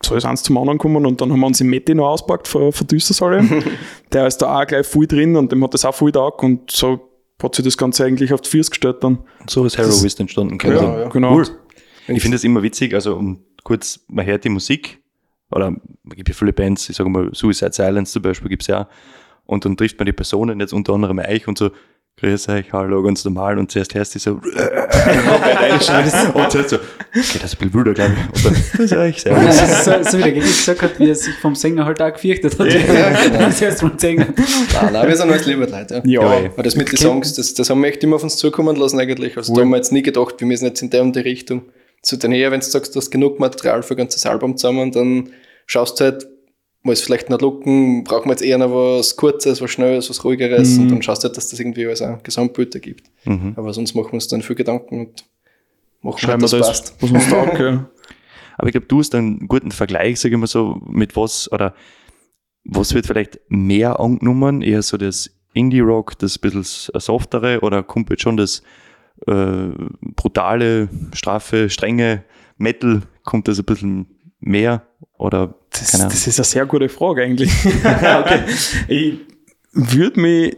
so ist eins zum anderen gekommen und dann haben wir uns im Metti noch ausgepackt von Düsseldorf. Der ist da auch gleich voll drin und dem hat das auch voll taugt und so hat sich das Ganze eigentlich auf die Füße gestellt dann. So ist Heroist entstanden. Ja, genau. Cool. Ich finde das immer witzig, also man hört die Musik, oder es gibt ja viele Bands, ich sage mal Suicide Silence zum Beispiel gibt es ja, und dann trifft man die Personen, jetzt unter anderem euch und so, grüß euch, hallo, ganz normal, und zuerst hörst du so, und zuerst so, okay, das ist ein bisschen wilder, glaube ich, und dann, grüß euch, servus. Das ist so wie der Gegner gesagt hat, wie er sich vom Sänger halt auch gefürchtet hat. Ja, genau. Das erste Mal Sänger. Nein, wir sind alles liebe Leute. Ja. Ja, Aber das mit den Songs, das haben wir echt immer auf uns zukommen lassen eigentlich. Also da haben wir jetzt nie gedacht, wir müssen jetzt in der und die Richtung. Zu den her, wenn du sagst, du hast genug Material für ein ganzes Album zusammen, dann schaust du halt, muss vielleicht noch looken, brauchen wir jetzt eher noch was Kurzes, was Schnelles, was Ruhigeres und dann schaust du halt, dass das irgendwie als ein Gesamtbild ergibt. Aber sonst machen wir uns dann viel Gedanken und machen schreiben halt, wir das das, passt. was uns taugt, ja. Aber ich glaube, du hast einen guten Vergleich, sage ich mal so, mit was, oder was wird vielleicht mehr angenommen, eher so das Indie-Rock, das ein bisschen softere, oder kommt jetzt schon das brutale, straffe, strenge Metal, kommt das ein bisschen mehr, oder keine Ahnung. Das ist eine sehr gute Frage eigentlich. Okay. Ich würde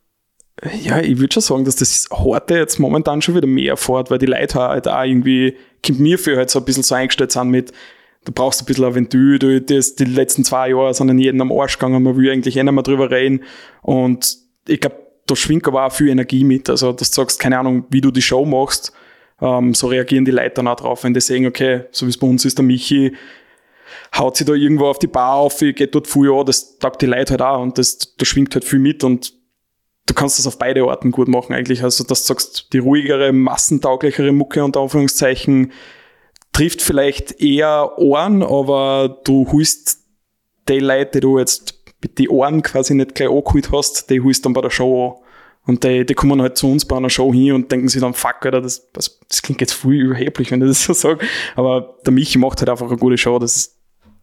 schon sagen, dass das Harte jetzt momentan schon wieder mehr fährt, weil die Leute halt auch irgendwie, kommt mir für halt so ein bisschen so eingestellt sind mit, du brauchst ein bisschen ein Ventil, die letzten 2 Jahre sind an jedem am Arsch gegangen, man will eigentlich eh nicht mehr drüber reden und ich glaube, da schwingt aber auch viel Energie mit, also dass du sagst, keine Ahnung, wie du die Show machst, so reagieren die Leute dann auch drauf, wenn die sehen, okay, so wie es bei uns ist, der Michi haut sich da irgendwo auf die Bar auf, geht dort viel an, das taugt die Leute halt auch und da schwingt halt viel mit und du kannst das auf beide Arten gut machen eigentlich, also dass du sagst, die ruhigere, massentauglichere Mucke unter Anführungszeichen trifft vielleicht eher Ohren, aber du holst die Leute, die du jetzt mit den Ohren quasi nicht gleich angeholt hast, die holst dann bei der Show an. Und die kommen halt zu uns bei einer Show hin und denken sich dann, fuck, Alter, das klingt jetzt voll überheblich, wenn ich das so sage. Aber der Michi macht halt einfach eine gute Show. Das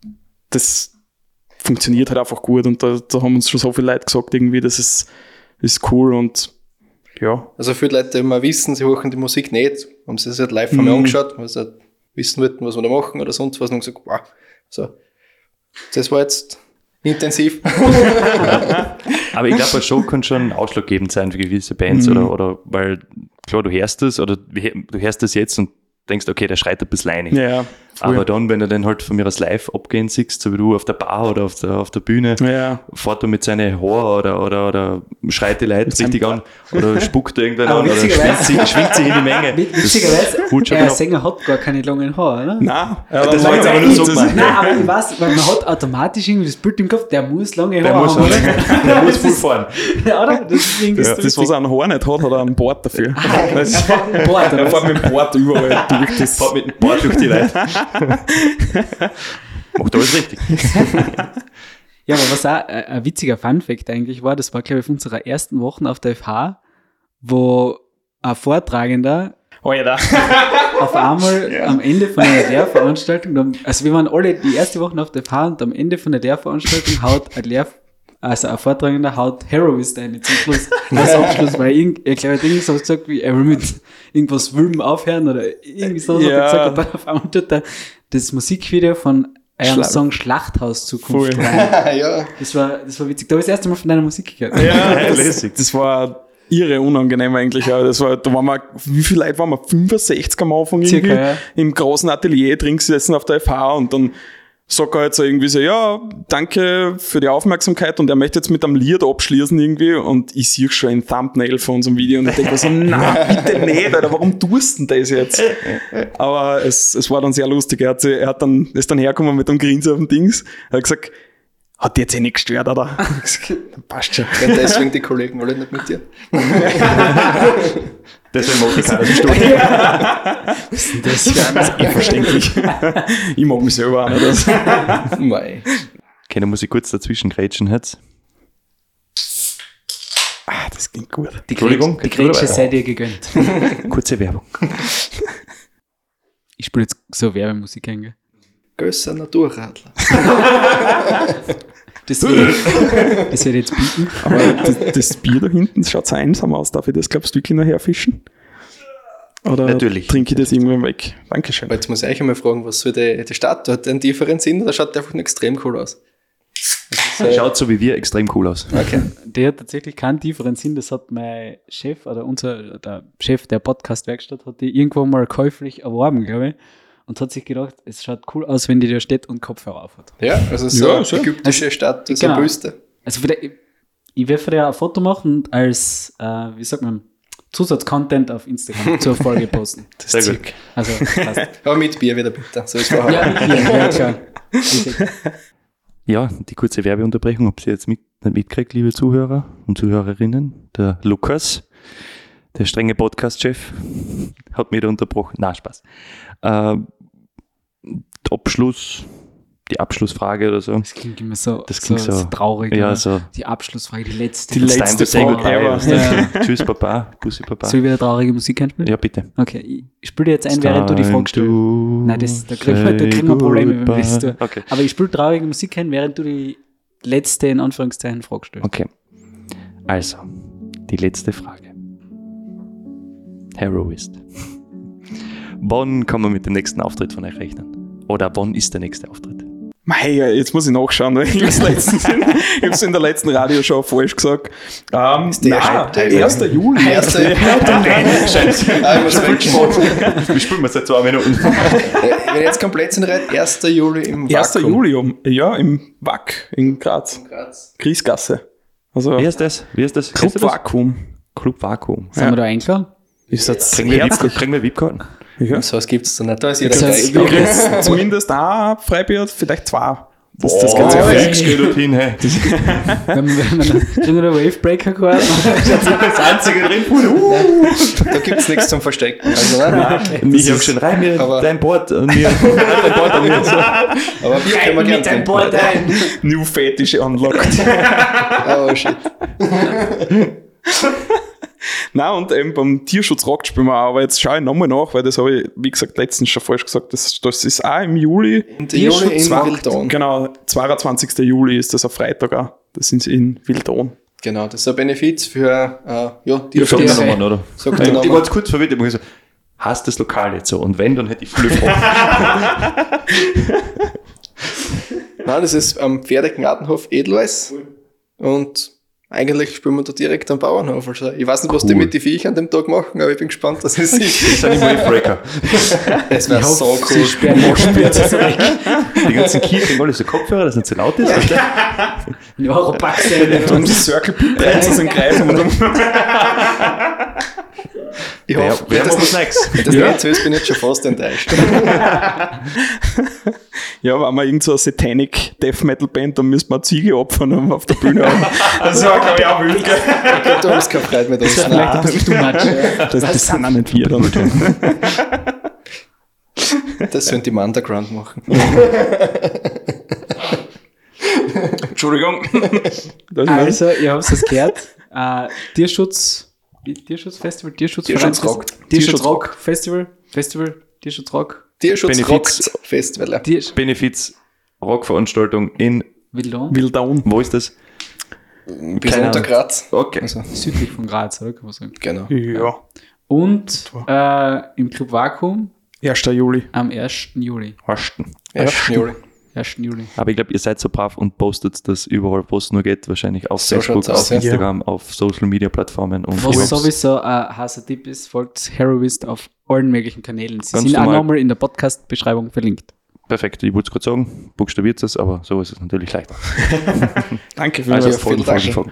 funktioniert halt einfach gut. Und da haben uns schon so viele Leute gesagt, irgendwie, das ist cool und ja. Also viele Leute, die immer wissen, sie hören die Musik nicht, haben sie das halt live von mir angeschaut, weil sie halt wissen wollten, was wir da machen oder sonst was, und haben gesagt, wow, so, das war jetzt intensiv. Aber ich glaube, eine Show kann schon ausschlaggebend sein für gewisse Bands, oder weil, klar, du hörst das jetzt und denkst, okay, der schreit ein bisschen rein. Ja, aber dann, wenn er dann halt von mir aus live abgehen siehst, so wie du auf der Bar oder auf der Bühne, fährt er mit seinen Haaren oder schreit die Leute richtig an oder spuckt irgendwann an oder schwingt sich in die Menge. Witzigerweise, der Sänger hat gar keine langen Haare, oder? Nein, das war jetzt aber nur so gemeint. Nein, aber ich weiß, weil man hat automatisch irgendwie das Bild im Kopf, der muss lange Haare haben, oder? Der muss voll fahren. Ja, oder? Das was er an Haar nicht hat er einen Bart dafür. Er fährt mit dem Bart überall durch das. Fährt mit dem Bart durch die Leute. Macht alles richtig. Ja, aber was auch ein witziger Funfact eigentlich war, das war, glaube ich, auf unserer ersten Wochen auf der FH, wo ein Vortragender auf einmal am Ende von einer Lehrveranstaltung, also wir waren alle die erste Woche auf der FH und am Ende von der Lehrveranstaltung haut ein Vortragender haut Heroist ein zum Schluss, als Abschluss, weil ich glaube, er hat so gesagt, wie er will mit irgendwas Wülmen aufhören oder irgendwie so, hat er gesagt, und dann auf einmal tut er das Musikvideo von einem Song Schlachthaus Zukunft rein. Ja. Das war witzig. Da habe ich das erste Mal von deiner Musik gehört. Ja, das war irre unangenehm eigentlich. Aber da waren wir, wie viele Leute waren wir? 65 am Anfang Circa, irgendwie, ja. Im großen Atelier drin gesessen auf der FH und dann sagt er halt so irgendwie so, ja, danke für die Aufmerksamkeit und er möchte jetzt mit einem Lied abschließen irgendwie und ich sehe schon ein Thumbnail von unserem Video und ich denke mir so, nein, bitte nicht, Alter, warum tust du denn das jetzt? Aber es war dann sehr lustig, ist dann hergekommen mit einem Grinsen auf dem Dings, er hat gesagt, hat die jetzt eh nicht gestört, oder? Passt schon. Ja, deswegen die Kollegen alle nicht mit dir. Deswegen mag ich keiner so Stunden. Was ist denn das? Das ist verständlich. Ich mag mich selber auch nicht. Mei. Okay, dann muss ich kurz dazwischen grätschen jetzt. Das klingt gut. Die Grätsche sei dir gegönnt. Kurze Werbung. Ich spiele jetzt so Werbemusik ein. Gösser Naturradler. Das werde ich jetzt bieten. Aber das Bier da hinten schaut so einsam aus. Darf ich das, glaubst du, wirklich noch herfischen? Oder Natürlich. trinke ich das irgendwann weg? Dankeschön. Aber jetzt muss ich euch einmal fragen, was soll die Statue? Hat der einen tieferen Sinn oder schaut der einfach nur extrem cool aus? Schaut so wie wir extrem cool aus. Okay. Der hat tatsächlich keinen tieferen Sinn. Das hat mein Chef oder der Chef der Podcast-Werkstatt hat die irgendwo mal käuflich erworben, glaube ich. Und hat sich gedacht, es schaut cool aus, wenn die da steht und Kopfhörer auf hat. Ja, also so Ja, eine so. ägyptische Statue, so Genau. eine Büste. Also ich werde von der ein Foto machen und als, wie sagt man, Zusatzcontent auf Instagram zur Folge posten. Sehr gut. Also, passt. Aber mit Bier wieder bitte. So ist vorher. Ja, klar. Ja, die kurze Werbeunterbrechung, ob Sie jetzt nicht mitkriegt, liebe Zuhörer und Zuhörerinnen. Der Lukas, der strenge Podcast-Chef, hat mich da unterbrochen. Na, Spaß. Die Abschlussfrage oder so. Das klingt immer so, Das klingt so traurig. Ja, oder? so. Die Abschlussfrage, die letzte. Die It's letzte time to say Frage goodbye. ever. weißt du? Tschüss, Papa. Bussi, Papa. Soll ich wieder traurige Musik einspielen? Ja, bitte. Okay, ich spiele dir jetzt ein, während du die Frage stellst. Nein, da kriegen wir Probleme, wenn wir das tun. Okay. Aber ich spiele traurige Musik ein, während du die letzte, in Anführungszeichen, Frage stellst. Okay. Also, die letzte Frage. Heroist. Wann kann man mit dem nächsten Auftritt von euch rechnen? Oder wann ist der nächste Auftritt? Mei, jetzt muss ich nachschauen. Ich habe es in der letzten Radioshow falsch gesagt. der nein, Schreibtisch? 1. Juli. Ich muss wegschauen. Wir spielen wir seit 2 Minuten. Wenn ich jetzt komplett sind, 1. Juli im 1. Vakuum. Juli, im WAC in Graz. Griesgasse. Also Wie ist das? Club Kennst du das? Vakuum. Club Vakuum. Sind wir da eingeladen? Ist jetzt Kriegen wir herzlich. VIP-Karten? Ja. So was gibt es da nicht. Da ist jeder Das heißt, gleich. Du kriegst zumindest ein Freibier, vielleicht 2. Das Das Ganze ganze fix. Fix geht dorthin, hey. Wenn wir da Wavebreaker gehabt Das einzige drin. Da gibt es nichts zum Verstecken. Also, nein. Ich habe schon rein mir aber- dein Board und mir dein Board an mir. So. Aber Bier können wir gerne trinken. New Fetish unlocked. Oh shit. Nein, und eben beim Tierschutz-Rock spielen wir auch, aber jetzt schaue ich nochmal nach, weil das habe ich, wie gesagt, letztens schon falsch gesagt, das ist auch im Juli. Und die Juli in Zwei- Wildon. Genau, 22. Juli ist das auf Freitag auch. Das sind in Wildon. Genau, das ist ein Benefiz für Ja, die sag Ja. mir nochmal, oder? Sagt Ich der war Name. jetzt kurz verwirrt, ich habe gesagt, heißt das Lokal jetzt so? Und wenn, dann hätte ich viele Fragen. Nein, das ist am Pferdegnadenhof Edelweiß. Und eigentlich spielen wir da direkt am Bauernhof. Also ich weiß nicht, was die mit den Viechern an dem Tag machen, aber ich bin gespannt, dass es Das sich. sind die Wavebreaker. Es wäre so cool. Die ganzen Kirchen, alle so Kopfhörer, dass nicht so laut ist. weißt du? Ja, Ropax. Und die Circle Pit dreht sich im Kreis um und um. Ich Wer hoffe, macht das was Neues? das nicht so ist, bin ich jetzt schon fast enttäuscht. Ja, war mal irgend so eine Satanic Death Metal Band, dann müssen wir eine Ziege opfern und auf der Bühne haben. Das war, glaube ich, auch wild. Okay, du hast keine Freude mit uns. Vielleicht Nein. ein bisschen too much. Das sind auch nicht wir dann. Das sollen die im Underground machen. Entschuldigung. Das ist Also, ihr habt es gehört. Tierschutzfestival, Tierschutzrock. Tierschutzrock Festival, Tierschutzrock, Tierschutz Benefiz. rockt Festival. Ja. Benefiz Rockveranstaltung in, Wildon, Wildon. wo ist das? Bis Keine unter Ahnung. Graz. Okay. Also, südlich von Graz, oder? Kann man sagen. genau. Ja. Und im Club Vakuum 1. Juli. am 1. Juli. Horsten. 1. Juli. 1. Juli. Aber ich glaube, ihr seid so brav und postet das überall, wo es nur geht, wahrscheinlich auf So Facebook, schaut's aus, auf ja. Instagram, auf Social Media Plattformen und Was überhaupt. sowieso ein heißer Tipp ist, folgt Heroist auf allen möglichen Kanälen. Sie Ganz sind auch normal. nochmal in der Podcast-Beschreibung verlinkt. Perfekt, ich wollte es gerade sagen, buchstabiert es, aber so ist es natürlich leichter. Danke für Also das. vielen folgen.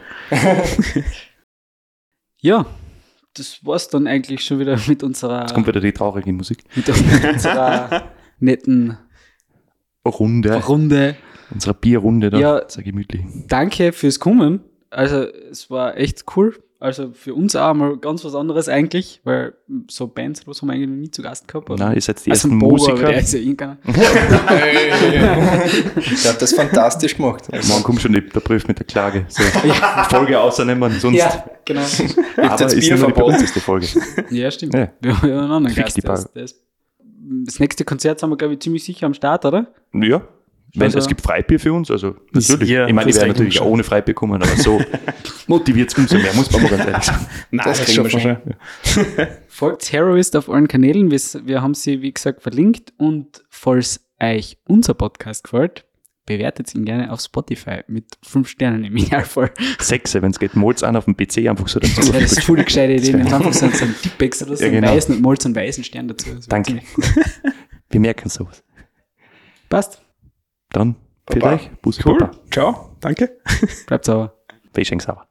Ja, das war's dann eigentlich schon wieder mit unserer, Jetzt kommt wieder die traurige Musik. mit unserer netten Runde, Runde. unsere Bierrunde da, Ja. sehr gemütlich. Danke fürs Kommen. Also, es war echt cool. Also, für uns auch mal ganz was anderes eigentlich, weil so Bands, was haben wir eigentlich noch nie zu Gast gehabt. Oder? Nein, ihr seid die Also, ersten ein Bogo, aber Musiker. der ist ja irgendeiner. Der hat das fantastisch gemacht. Morgen kommt schon der Brief mit der Klage. So, Folge außernehmen, sonst. Ja, genau. Aber jetzt ist immer die Bierverbot. berühmteste Folge. Ja, stimmt. Ja. Wir haben einen anderen Fick Gast. die Bar. Das nächste Konzert sind wir, glaube ich, ziemlich sicher am Start, oder? Ja, Es gibt Freibier für uns, also natürlich. Ja, Ich meine, ich das werde denke natürlich ich auch schon. ohne Freibier kommen, aber so motiviert es umso mehr, muss man mal ganz ehrlich sagen. Nein, Das kriegen wir schon. Folgt Heroist auf allen Kanälen. Wir haben sie, wie gesagt, verlinkt. Und falls euch unser Podcast gefällt, bewertet ihn gerne auf Spotify mit 5 Sternen im Idealfall. 6, wenn es geht, malt's an auf dem PC einfach so dazu. Das wäre das voll gescheite Idee. Wenn einfach so ein Tippex oder so Ja, einen genau. weißen und malst einen weißen Stern dazu. Das wäre Danke. ziemlich gut. Wir merken sowas. Passt. Dann, für Baba. euch, Bussi Cool. Papa. Ciao. Danke. Bleibt sauber. Weischenk sauer.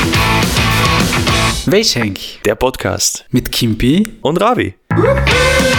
Weischenk Der Podcast mit Kimpi. und Ravi. Woohoo!